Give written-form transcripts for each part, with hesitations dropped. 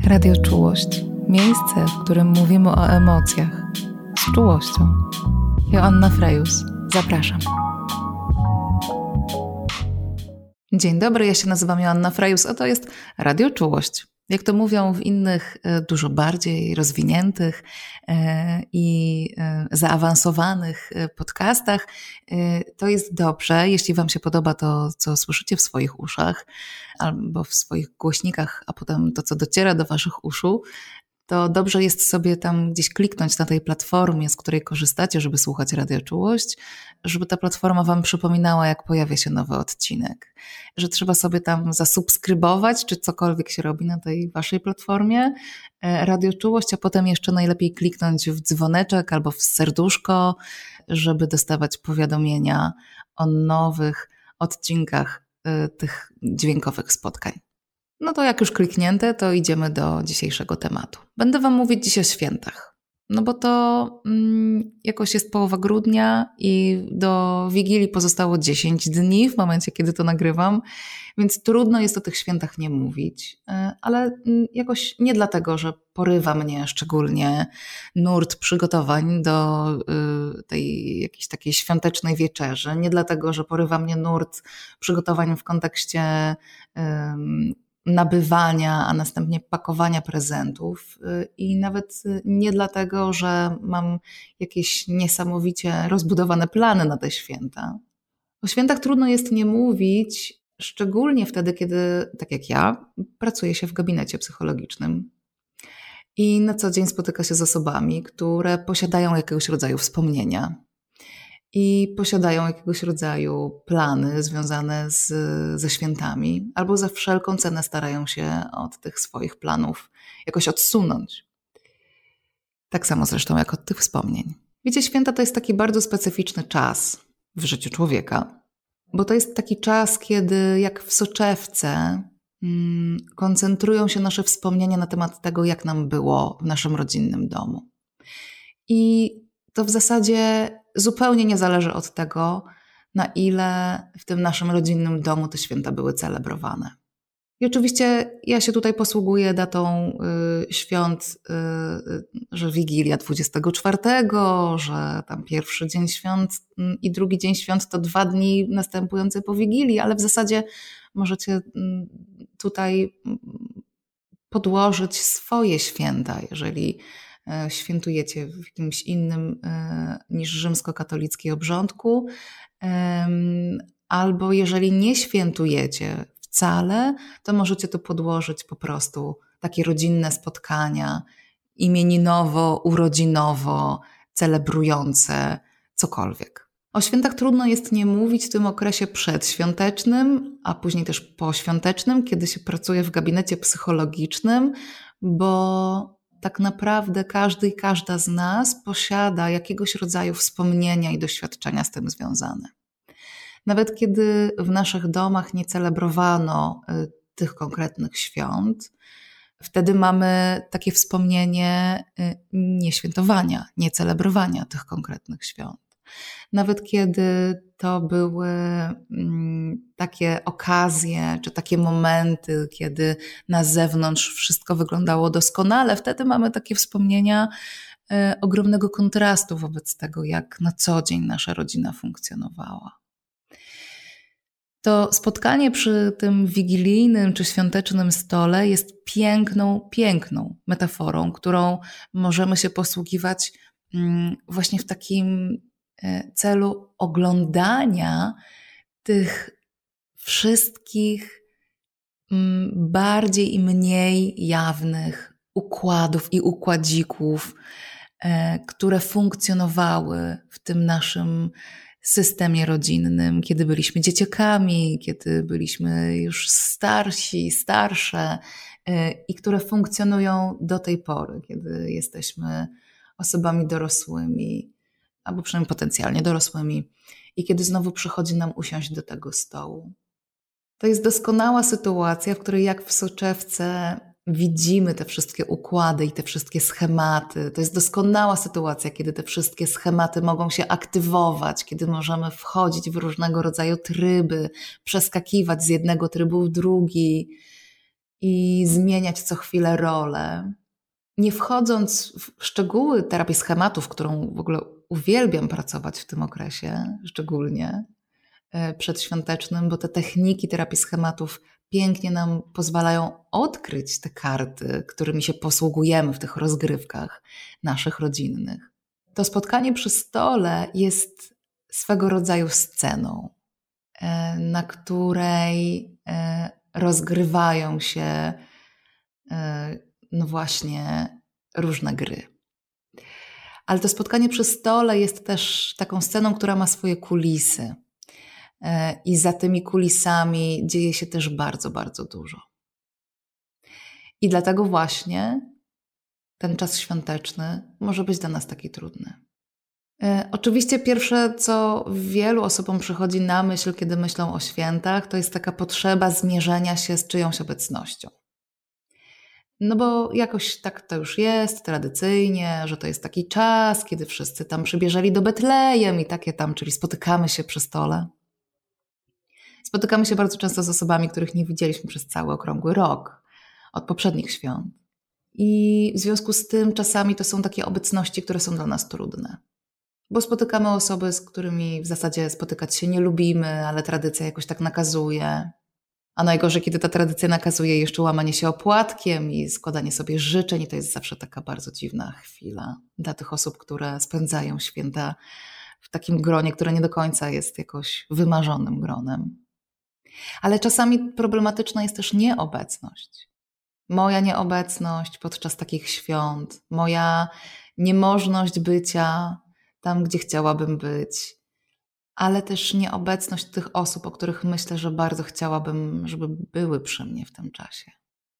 Radio Czułość. Miejsce, w którym mówimy o emocjach. Z czułością. Joanna Frejus. Zapraszam. Dzień dobry, ja się nazywam Joanna Frejus, a to jest Radio Czułość. Jak to mówią w innych, dużo bardziej rozwiniętych i zaawansowanych podcastach, to jest dobrze, jeśli Wam się podoba to, co słyszycie w swoich uszach albo w swoich głośnikach, a potem to, co dociera do Waszych uszu, to dobrze jest sobie tam gdzieś kliknąć na tej platformie, z której korzystacie, żeby słuchać Radio Czułość, żeby ta platforma Wam przypominała, jak pojawia się nowy odcinek. Że trzeba sobie tam zasubskrybować, czy cokolwiek się robi na tej Waszej platformie Radio Czułość, a potem jeszcze najlepiej kliknąć w dzwoneczek albo w serduszko, żeby dostawać powiadomienia o nowych odcinkach tych dźwiękowych spotkań. No to jak już kliknięte, to idziemy do dzisiejszego tematu. Będę Wam mówić dziś o świętach, no bo to jakoś jest połowa grudnia i do Wigilii pozostało 10 dni w momencie, kiedy to nagrywam, więc trudno jest o tych świętach nie mówić, ale jakoś nie dlatego, że porywa mnie szczególnie nurt przygotowań do tej jakiejś takiej świątecznej wieczerzy, nie dlatego, że porywa mnie nurt przygotowań w kontekście nabywania, a następnie pakowania prezentów i nawet nie dlatego, że mam jakieś niesamowicie rozbudowane plany na te święta. O świętach trudno jest nie mówić, szczególnie wtedy, kiedy, tak jak ja, pracuję się w gabinecie psychologicznym i na co dzień spotyka się z osobami, które posiadają jakiegoś rodzaju wspomnienia i posiadają jakiegoś rodzaju plany związane ze świętami, albo za wszelką cenę starają się od tych swoich planów jakoś odsunąć. Tak samo zresztą jak od tych wspomnień. Wiecie, święta to jest taki bardzo specyficzny czas w życiu człowieka, bo to jest taki czas, kiedy jak w soczewce koncentrują się nasze wspomnienia na temat tego, jak nam było w naszym rodzinnym domu. I to w zasadzie zupełnie nie zależy od tego, na ile w tym naszym rodzinnym domu te święta były celebrowane. I oczywiście ja się tutaj posługuję datą świąt, że Wigilia 24, że tam pierwszy dzień świąt i drugi dzień świąt to 2 dni następujące po Wigilii, ale w zasadzie możecie tutaj podłożyć swoje święta, jeżeli świętujecie w jakimś innym niż rzymskokatolicki obrządku, albo jeżeli nie świętujecie wcale, to możecie tu podłożyć po prostu takie rodzinne spotkania, imieninowo, urodzinowo, celebrujące cokolwiek. O świętach trudno jest nie mówić w tym okresie przedświątecznym, a później też poświątecznym, kiedy się pracuje w gabinecie psychologicznym, bo tak naprawdę każdy i każda z nas posiada jakiegoś rodzaju wspomnienia i doświadczenia z tym związane. Nawet kiedy w naszych domach nie celebrowano tych konkretnych świąt, wtedy mamy takie wspomnienie nieświętowania, niecelebrowania tych konkretnych świąt. Nawet kiedy to były takie okazje, czy takie momenty, kiedy na zewnątrz wszystko wyglądało doskonale, wtedy mamy takie wspomnienia ogromnego kontrastu wobec tego, jak na co dzień nasza rodzina funkcjonowała. To spotkanie przy tym wigilijnym czy świątecznym stole jest piękną metaforą, którą możemy się posługiwać właśnie w takim celu oglądania tych wszystkich bardziej i mniej jawnych układów i układzików, które funkcjonowały w tym naszym systemie rodzinnym, kiedy byliśmy dzieciakami, kiedy byliśmy już starsze i które funkcjonują do tej pory, kiedy jesteśmy osobami dorosłymi, albo przynajmniej potencjalnie dorosłymi i kiedy znowu przychodzi nam usiąść do tego stołu. To jest doskonała sytuacja, w której jak w soczewce widzimy te wszystkie układy i te wszystkie schematy. To jest doskonała sytuacja, kiedy te wszystkie schematy mogą się aktywować, kiedy możemy wchodzić w różnego rodzaju tryby, przeskakiwać z jednego trybu w drugi. i zmieniać co chwilę rolę. Nie wchodząc w szczegóły terapii schematów, którą w ogóle uwielbiam pracować w tym okresie, szczególnie przedświątecznym, bo te techniki terapii schematów pięknie nam pozwalają odkryć te karty, którymi się posługujemy w tych rozgrywkach naszych rodzinnych. To spotkanie przy stole jest swego rodzaju sceną, na której rozgrywają się no właśnie różne gry. Ale to spotkanie przy stole jest też taką sceną, która ma swoje kulisy. I za tymi kulisami dzieje się też bardzo, bardzo dużo. I dlatego właśnie ten czas świąteczny może być dla nas taki trudny. Oczywiście pierwsze, co wielu osobom przychodzi na myśl, kiedy myślą o świętach, to jest taka potrzeba zmierzenia się z czyjąś obecnością. No bo jakoś tak to już jest tradycyjnie, że to jest taki czas, kiedy wszyscy tam przybierzeli do Betlejem i takie tam, czyli spotykamy się przy stole. Spotykamy się bardzo często z osobami, których nie widzieliśmy przez cały okrągły rok, od poprzednich świąt. I w związku z tym czasami to są takie obecności, które są dla nas trudne. Bo spotykamy osoby, z którymi w zasadzie spotykać się nie lubimy, ale tradycja jakoś tak nakazuje. A najgorzej, kiedy ta tradycja nakazuje jeszcze łamanie się opłatkiem i składanie sobie życzeń. I to jest zawsze taka bardzo dziwna chwila dla tych osób, które spędzają święta w takim gronie, które nie do końca jest jakoś wymarzonym gronem. Ale czasami problematyczna jest też nieobecność. Moja nieobecność podczas takich świąt, moja niemożność bycia tam, gdzie chciałabym być, ale też nieobecność tych osób, o których myślę, że bardzo chciałabym, żeby były przy mnie w tym czasie.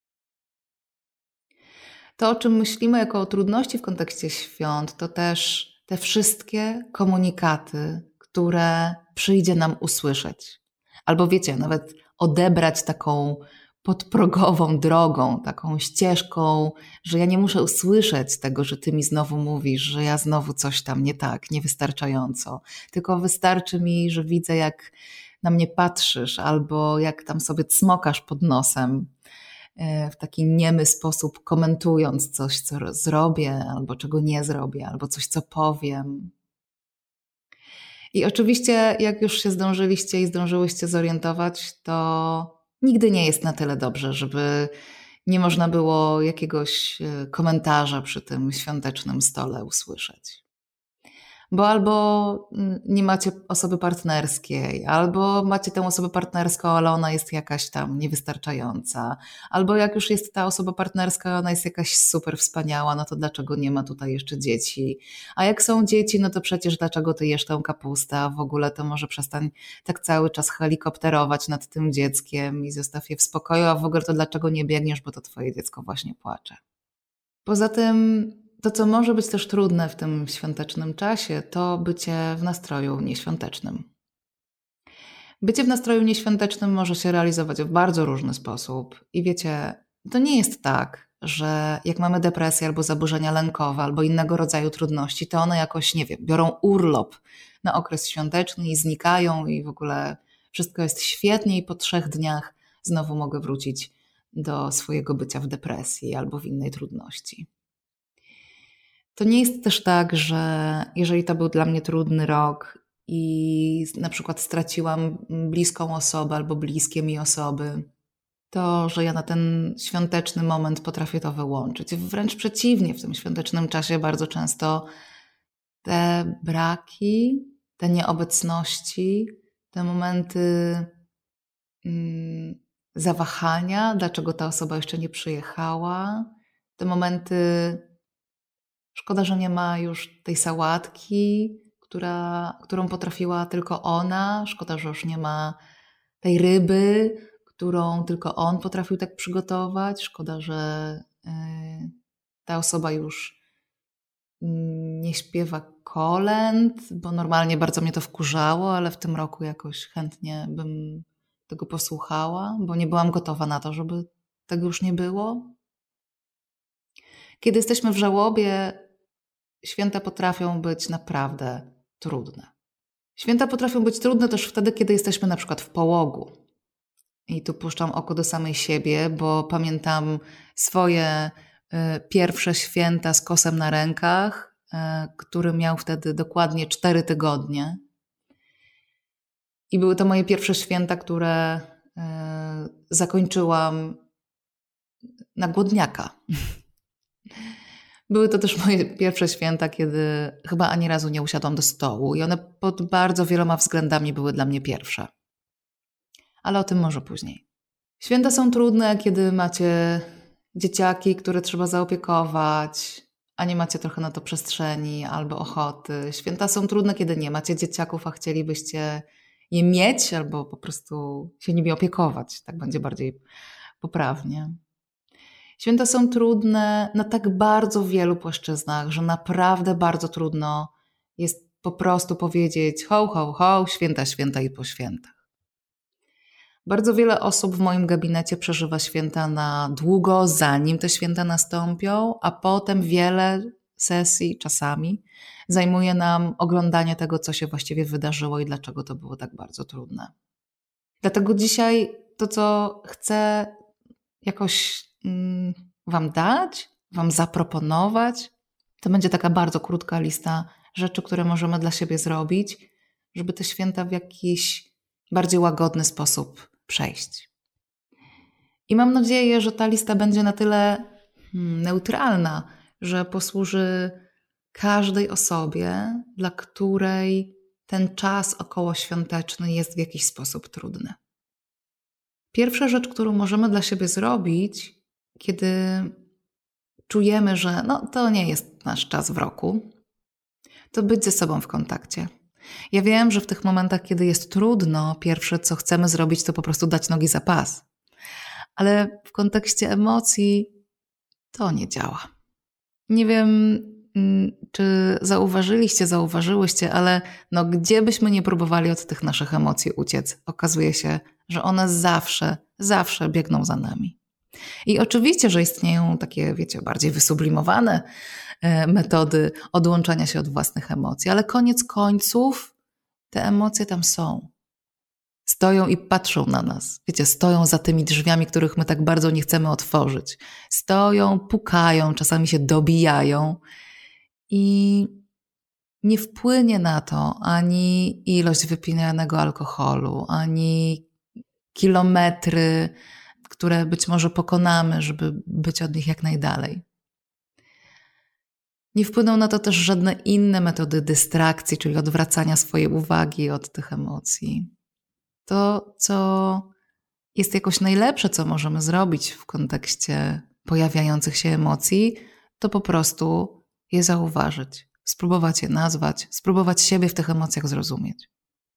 To, o czym myślimy jako o trudności w kontekście świąt, to też te wszystkie komunikaty, które przyjdzie nam usłyszeć. Albo wiecie, nawet odebrać taką podprogową drogą, taką ścieżką, że ja nie muszę usłyszeć tego, że ty mi znowu mówisz, że ja znowu coś tam nie tak, niewystarczająco. Tylko wystarczy mi, że widzę, jak na mnie patrzysz, albo jak tam sobie cmokasz pod nosem w taki niemy sposób, komentując coś, co zrobię, albo czego nie zrobię, albo coś, co powiem. I oczywiście, jak już się zdążyliście i zdążyłyście zorientować, to nigdy nie jest na tyle dobrze, żeby nie można było jakiegoś komentarza przy tym świątecznym stole usłyszeć. Bo albo nie macie osoby partnerskiej, albo macie tę osobę partnerską, ale ona jest jakaś tam niewystarczająca, albo jak już jest ta osoba partnerska, ona jest jakaś super wspaniała, no to dlaczego nie ma tutaj jeszcze dzieci? A jak są dzieci, no to przecież dlaczego ty jesz tę kapustę? A w ogóle to może przestań tak cały czas helikopterować nad tym dzieckiem i zostaw je w spokoju, a w ogóle to dlaczego nie biegniesz, bo to twoje dziecko właśnie płacze. Poza tym to, co może być też trudne w tym świątecznym czasie, to bycie w nastroju nieświątecznym. Bycie w nastroju nieświątecznym może się realizować w bardzo różny sposób. I wiecie, to nie jest tak, że jak mamy depresję albo zaburzenia lękowe, albo innego rodzaju trudności, to one jakoś, nie wiem, biorą urlop na okres świąteczny i znikają i w ogóle wszystko jest świetnie i po 3 dniach znowu mogę wrócić do swojego bycia w depresji albo w innej trudności. To nie jest też tak, że jeżeli to był dla mnie trudny rok i na przykład straciłam bliską osobę albo bliskie mi osoby, to że ja na ten świąteczny moment potrafię to wyłączyć. Wręcz przeciwnie, w tym świątecznym czasie bardzo często te braki, te nieobecności, te momenty zawahania, dlaczego ta osoba jeszcze nie przyjechała, te momenty szkoda, że nie ma już tej sałatki, którą potrafiła tylko ona. Szkoda, że już nie ma tej ryby, którą tylko on potrafił tak przygotować. Szkoda, że ta osoba już nie śpiewa kolęd, bo normalnie bardzo mnie to wkurzało, ale w tym roku jakoś chętnie bym tego posłuchała, bo nie byłam gotowa na to, żeby tego już nie było. Kiedy jesteśmy w żałobie, święta potrafią być naprawdę trudne. Święta potrafią być trudne też wtedy, kiedy jesteśmy na przykład w połogu. I tu puszczam oko do samej siebie, bo pamiętam swoje pierwsze święta z kosem na rękach, który miał wtedy dokładnie 4 tygodnie. I były to moje pierwsze święta, które zakończyłam na głodniaka. Były to też moje pierwsze święta, kiedy chyba ani razu nie usiadłam do stołu i one pod bardzo wieloma względami były dla mnie pierwsze. Ale o tym może później. Święta są trudne, kiedy macie dzieciaki, które trzeba zaopiekować, a nie macie trochę na to przestrzeni albo ochoty. Święta są trudne, kiedy nie macie dzieciaków, a chcielibyście je mieć albo po prostu się nimi opiekować. Tak będzie bardziej poprawnie. Święta są trudne na tak bardzo wielu płaszczyznach, że naprawdę bardzo trudno jest po prostu powiedzieć ho, ho, ho, święta, święta i po świętach. Bardzo wiele osób w moim gabinecie przeżywa święta na długo, zanim te święta nastąpią, a potem wiele sesji czasami zajmuje nam oglądanie tego, co się właściwie wydarzyło i dlaczego to było tak bardzo trudne. Dlatego dzisiaj to, co chcę jakoś Wam dać, Wam zaproponować, to będzie taka bardzo krótka lista rzeczy, które możemy dla siebie zrobić, żeby te święta w jakiś bardziej łagodny sposób przejść. I mam nadzieję, że ta lista będzie na tyle neutralna, że posłuży każdej osobie, dla której ten czas okołoświąteczny jest w jakiś sposób trudny. Pierwsza rzecz, którą możemy dla siebie zrobić, kiedy czujemy, że to nie jest nasz czas w roku, to być ze sobą w kontakcie. Ja wiem, że w tych momentach, kiedy jest trudno, pierwsze co chcemy zrobić, to po prostu dać nogi za pas. Ale w kontekście emocji to nie działa. Nie wiem, czy zauważyłyście, ale gdzie byśmy nie próbowali od tych naszych emocji uciec, okazuje się, że one zawsze biegną za nami. I oczywiście, że istnieją takie, bardziej wysublimowane metody odłączania się od własnych emocji, ale koniec końców te emocje tam są. Stoją i patrzą na nas. Stoją za tymi drzwiami, których my tak bardzo nie chcemy otworzyć. Stoją, pukają, czasami się dobijają i nie wpłynie na to ani ilość wypijanego alkoholu, ani kilometry, które być może pokonamy, żeby być od nich jak najdalej. Nie wpłyną na to też żadne inne metody dystrakcji, czyli odwracania swojej uwagi od tych emocji. To, co jest jakoś najlepsze, co możemy zrobić w kontekście pojawiających się emocji, to po prostu je zauważyć, spróbować je nazwać, spróbować siebie w tych emocjach zrozumieć.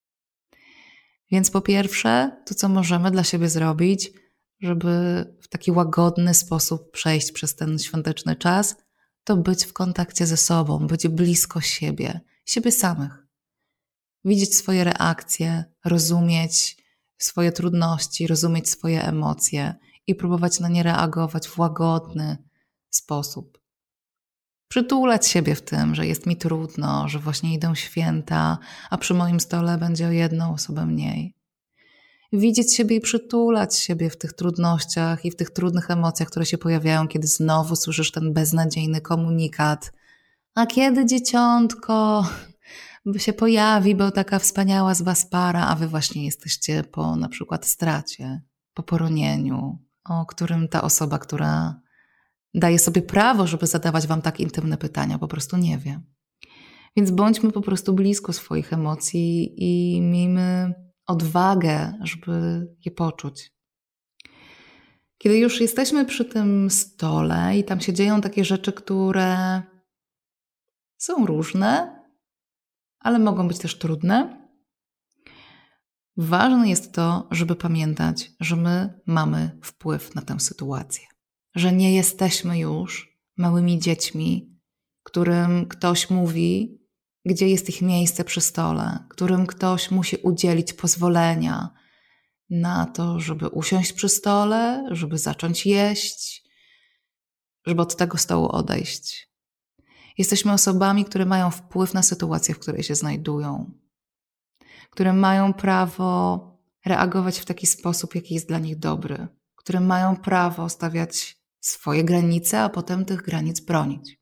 Więc po pierwsze, to co możemy dla siebie zrobić, żeby w taki łagodny sposób przejść przez ten świąteczny czas, to być w kontakcie ze sobą, być blisko siebie samych. Widzieć swoje reakcje, rozumieć swoje trudności, rozumieć swoje emocje i próbować na nie reagować w łagodny sposób. Przytulać siebie w tym, że jest mi trudno, że właśnie idą święta, a przy moim stole będzie o jedną osobę mniej. Widzieć siebie i przytulać siebie w tych trudnościach i w tych trudnych emocjach, które się pojawiają, kiedy znowu słyszysz ten beznadziejny komunikat. A kiedy dzieciątko się pojawi, bo taka wspaniała z was para, a wy właśnie jesteście po na przykład stracie, po poronieniu, o którym ta osoba, która daje sobie prawo, żeby zadawać wam tak intymne pytania, po prostu nie wie. Więc bądźmy po prostu blisko swoich emocji i miejmy odwagę, żeby je poczuć. Kiedy już jesteśmy przy tym stole i tam się dzieją takie rzeczy, które są różne, ale mogą być też trudne, ważne jest to, żeby pamiętać, że my mamy wpływ na tę sytuację. Że nie jesteśmy już małymi dziećmi, którym ktoś mówi, gdzie jest ich miejsce przy stole, którym ktoś musi udzielić pozwolenia na to, żeby usiąść przy stole, żeby zacząć jeść, żeby od tego stołu odejść. Jesteśmy osobami, które mają wpływ na sytuację, w której się znajdują, które mają prawo reagować w taki sposób, jaki jest dla nich dobry, które mają prawo stawiać swoje granice, a potem tych granic bronić.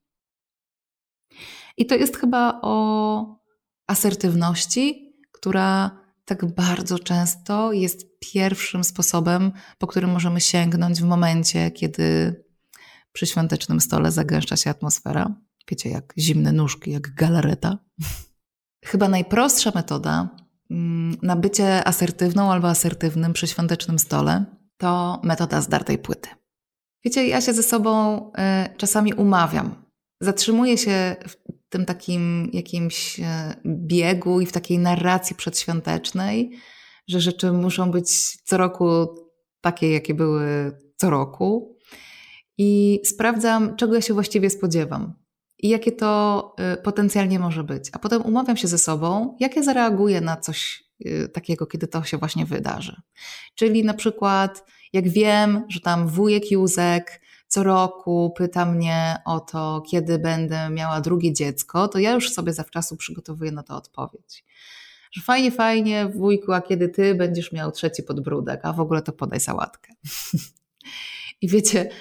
I to jest chyba o asertywności, która tak bardzo często jest pierwszym sposobem, po którym możemy sięgnąć w momencie, kiedy przy świątecznym stole zagęszcza się atmosfera. Wiecie, jak zimne nóżki, jak galareta. Chyba najprostsza metoda na bycie asertywną albo asertywnym przy świątecznym stole to metoda zdartej płyty. Wiecie, ja się ze sobą czasami umawiam. Zatrzymuję się w tym takim jakimś biegu i w takiej narracji przedświątecznej, że rzeczy muszą być co roku takie, jakie były co roku. I sprawdzam, czego ja się właściwie spodziewam i jakie to potencjalnie może być. A potem umawiam się ze sobą, jak ja zareaguję na coś takiego, kiedy to się właśnie wydarzy. Czyli na przykład, jak wiem, że tam wujek Józek co roku pyta mnie o to, kiedy będę miała drugie dziecko, to ja już sobie zawczasu przygotowuję na to odpowiedź. Że fajnie, fajnie, wujku, a kiedy ty będziesz miał trzeci podbródek, a w ogóle to podaj sałatkę. I wiecie,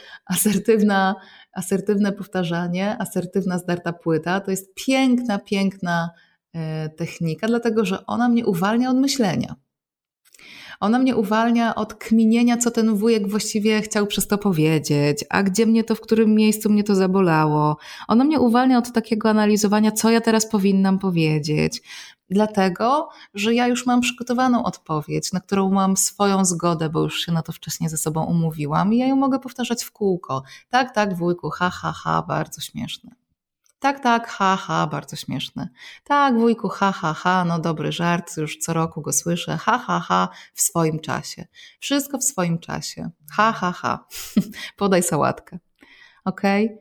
asertywne powtarzanie, asertywna zdarta płyta to jest piękna, piękna technika, dlatego że ona mnie uwalnia od myślenia. Ona mnie uwalnia od kminienia, co ten wujek właściwie chciał przez to powiedzieć, a gdzie mnie to, w którym miejscu mnie to zabolało. Ona mnie uwalnia od takiego analizowania, co ja teraz powinnam powiedzieć. Dlatego, że ja już mam przygotowaną odpowiedź, na którą mam swoją zgodę, bo już się na to wcześniej ze sobą umówiłam i ja ją mogę powtarzać w kółko. Tak, tak, wujku, ha, ha, ha, bardzo śmieszne. Tak, tak, ha, ha, bardzo śmieszne. Tak, wujku, ha, ha, ha, no dobry żart, już co roku go słyszę. Ha, ha, ha, w swoim czasie. Wszystko w swoim czasie. Ha, ha, ha. Podaj sałatkę. Okej?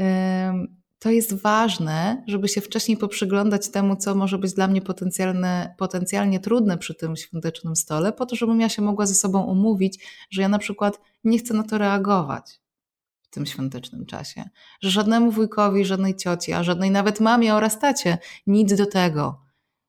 To jest ważne, żeby się wcześniej poprzyglądać temu, co może być dla mnie potencjalnie trudne przy tym świątecznym stole, po to, żebym ja się mogła ze sobą umówić, że ja na przykład nie chcę na to reagować w tym świątecznym czasie. Że żadnemu wujkowi, żadnej cioci, a żadnej nawet mamie oraz tacie nic do tego,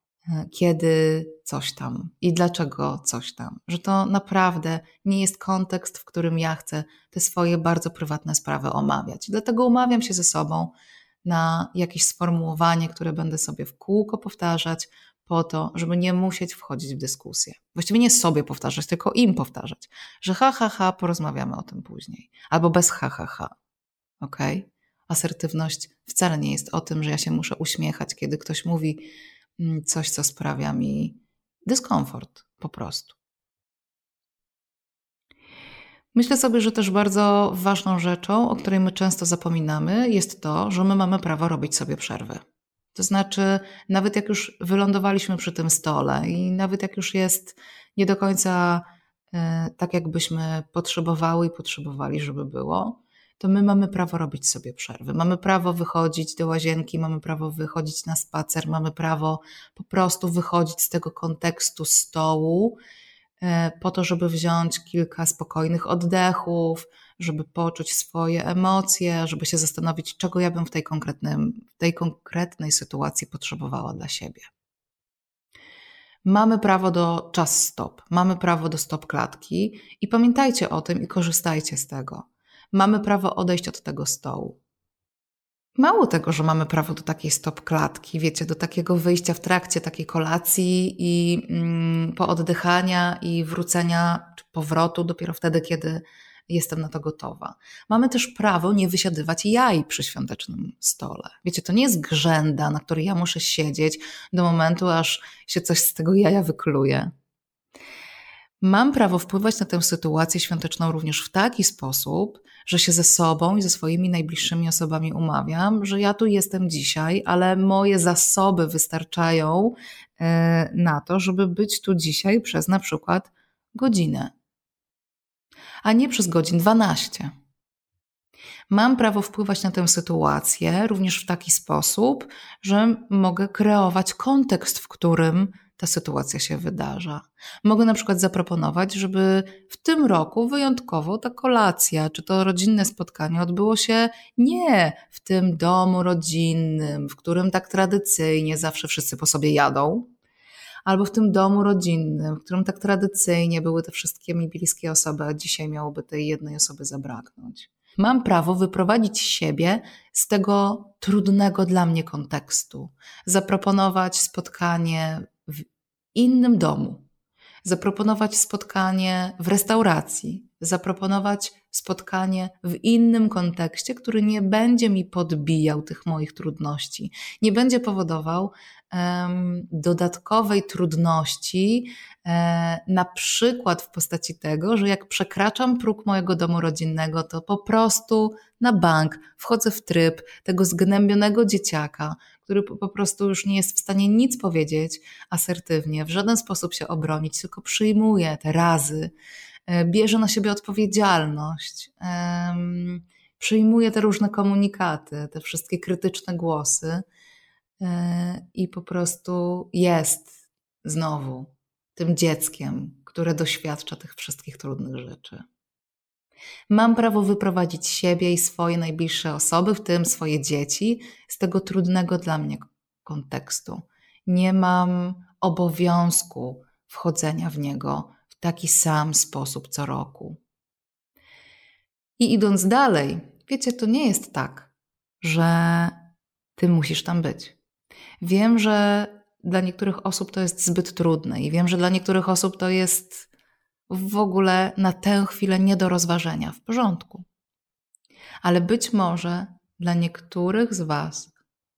kiedy coś tam i dlaczego coś tam. Że to naprawdę nie jest kontekst, w którym ja chcę te swoje bardzo prywatne sprawy omawiać. Dlatego umawiam się ze sobą na jakieś sformułowanie, które będę sobie w kółko powtarzać po to, żeby nie musieć wchodzić w dyskusję. Właściwie nie sobie powtarzać, tylko im powtarzać, że ha, ha, ha, porozmawiamy o tym później. Albo bez ha, ha, ha. Okej? Asertywność wcale nie jest o tym, że ja się muszę uśmiechać, kiedy ktoś mówi coś, co sprawia mi dyskomfort po prostu. Myślę sobie, że też bardzo ważną rzeczą, o której my często zapominamy, jest to, że my mamy prawo robić sobie przerwy. To znaczy, nawet jak już wylądowaliśmy przy tym stole i nawet jak już jest nie do końca tak, jakbyśmy potrzebowały i potrzebowali, żeby było, to my mamy prawo robić sobie przerwy. Mamy prawo wychodzić do łazienki, mamy prawo wychodzić na spacer, mamy prawo po prostu wychodzić z tego kontekstu stołu po to, żeby wziąć kilka spokojnych oddechów, żeby poczuć swoje emocje, żeby się zastanowić, czego ja bym w tej konkretnej sytuacji potrzebowała dla siebie. Mamy prawo do czas stop, mamy prawo do stop klatki i pamiętajcie o tym i korzystajcie z tego. Mamy prawo odejść od tego stołu. Mało tego, że mamy prawo do takiej stop klatki, wiecie, do takiego wyjścia w trakcie takiej kolacji i pooddychania i wrócenia czy powrotu dopiero wtedy, kiedy jestem na to gotowa. Mamy też prawo nie wysiadywać jaj przy świątecznym stole. Wiecie, to nie jest grzęda, na której ja muszę siedzieć do momentu, aż się coś z tego jaja wykluje. Mam prawo wpływać na tę sytuację świąteczną również w taki sposób, że się ze sobą i ze swoimi najbliższymi osobami umawiam, że ja tu jestem dzisiaj, ale moje zasoby wystarczają na to, żeby być tu dzisiaj przez na przykład godzinę, a nie przez godzin 12. Mam prawo wpływać na tę sytuację również w taki sposób, że mogę kreować kontekst, w którym ta sytuacja się wydarza. Mogę na przykład zaproponować, żeby w tym roku wyjątkowo ta kolacja, czy to rodzinne spotkanie odbyło się nie w tym domu rodzinnym, w którym tak tradycyjnie zawsze wszyscy po sobie jadą, albo w tym domu rodzinnym, w którym tak tradycyjnie były te wszystkie mi bliskie osoby, a dzisiaj miałoby tej jednej osoby zabraknąć. Mam prawo wyprowadzić siebie z tego trudnego dla mnie kontekstu, zaproponować spotkanie w innym domu, zaproponować spotkanie w restauracji, zaproponować spotkanie w innym kontekście, który nie będzie mi podbijał tych moich trudności, nie będzie powodował dodatkowej trudności, na przykład w postaci tego, że jak przekraczam próg mojego domu rodzinnego, to po prostu na bank wchodzę w tryb tego zgnębionego dzieciaka, który po prostu już nie jest w stanie nic powiedzieć asertywnie, w żaden sposób się obronić, tylko przyjmuje te razy, bierze na siebie odpowiedzialność, przyjmuje te różne komunikaty, te wszystkie krytyczne głosy i po prostu jest znowu tym dzieckiem, które doświadcza tych wszystkich trudnych rzeczy. Mam prawo wyprowadzić siebie i swoje najbliższe osoby, w tym swoje dzieci, z tego trudnego dla mnie kontekstu. Nie mam obowiązku wchodzenia w niego w taki sam sposób co roku. I idąc dalej, wiecie, to nie jest tak, że ty musisz tam być. Wiem, że dla niektórych osób to jest zbyt trudne i wiem, że dla niektórych osób to jest w ogóle na tę chwilę nie do rozważenia. W porządku. Ale być może dla niektórych z was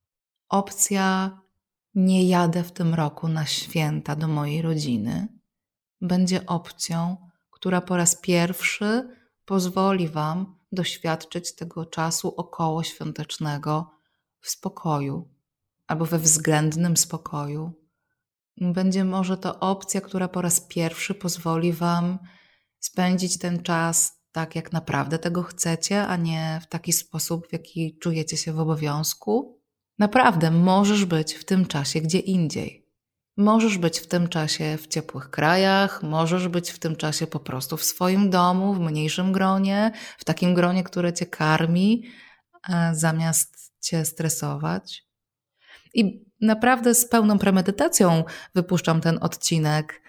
opcja nie jadę w tym roku na święta do mojej rodziny będzie opcją, która po raz pierwszy pozwoli wam doświadczyć tego czasu okołoświątecznego w spokoju albo we względnym spokoju. Będzie może to opcja, która po raz pierwszy pozwoli wam spędzić ten czas tak, jak naprawdę tego chcecie, a nie w taki sposób, w jaki czujecie się w obowiązku. Naprawdę możesz być w tym czasie gdzie indziej. Możesz być w tym czasie w ciepłych krajach, możesz być w tym czasie po prostu w swoim domu, w mniejszym gronie, w takim gronie, które cię karmi, zamiast cię stresować. I naprawdę z pełną premedytacją wypuszczam ten odcinek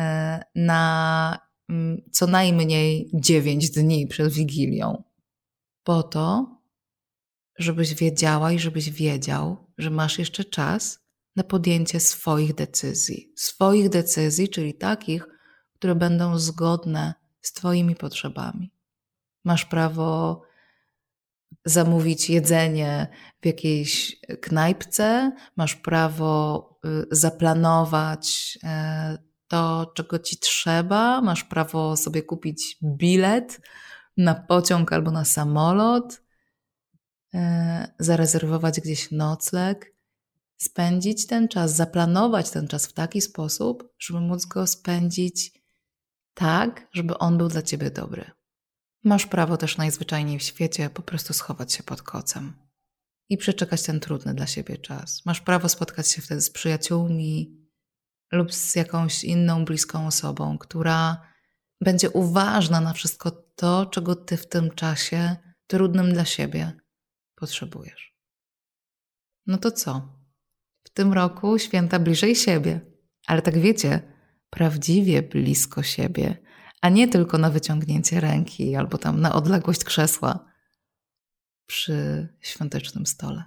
na co najmniej 9 dni przed Wigilią. Po to, żebyś wiedziała i żebyś wiedział, że masz jeszcze czas na podjęcie swoich decyzji. Swoich decyzji, czyli takich, które będą zgodne z twoimi potrzebami. Masz prawo zamówić jedzenie w jakiejś knajpce, masz prawo zaplanować to, czego ci trzeba, masz prawo sobie kupić bilet na pociąg albo na samolot, zarezerwować gdzieś nocleg, spędzić ten czas, zaplanować ten czas w taki sposób, żeby móc go spędzić tak, żeby on był dla ciebie dobry. Masz prawo też najzwyczajniej w świecie po prostu schować się pod kocem i przeczekać ten trudny dla siebie czas. Masz prawo spotkać się wtedy z przyjaciółmi lub z jakąś inną bliską osobą, która będzie uważna na wszystko to, czego ty w tym czasie trudnym dla siebie potrzebujesz. No to co? W tym roku święta bliżej siebie, ale tak wiecie, prawdziwie blisko siebie, a nie tylko na wyciągnięcie ręki albo tam na odległość krzesła przy świątecznym stole.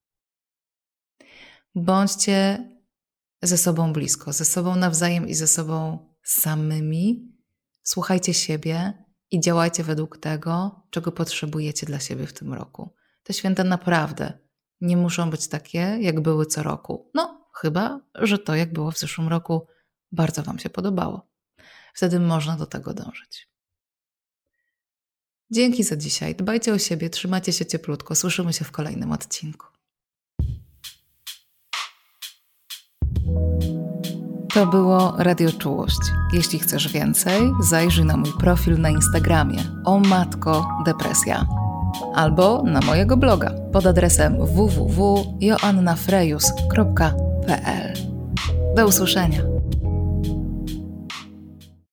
Bądźcie ze sobą blisko, ze sobą nawzajem i ze sobą samymi. Słuchajcie siebie i działajcie według tego, czego potrzebujecie dla siebie w tym roku. Te święta naprawdę nie muszą być takie, jak były co roku. No, chyba że to, jak było w zeszłym roku, bardzo wam się podobało. Wtedy można do tego dążyć. Dzięki za dzisiaj. Dbajcie o siebie, trzymajcie się cieplutko. Słyszymy się w kolejnym odcinku. To było Radio Czułość. Jeśli chcesz więcej, zajrzyj na mój profil na Instagramie O Matko Depresja albo na mojego bloga pod adresem www.joannafrejus.pl. Do usłyszenia.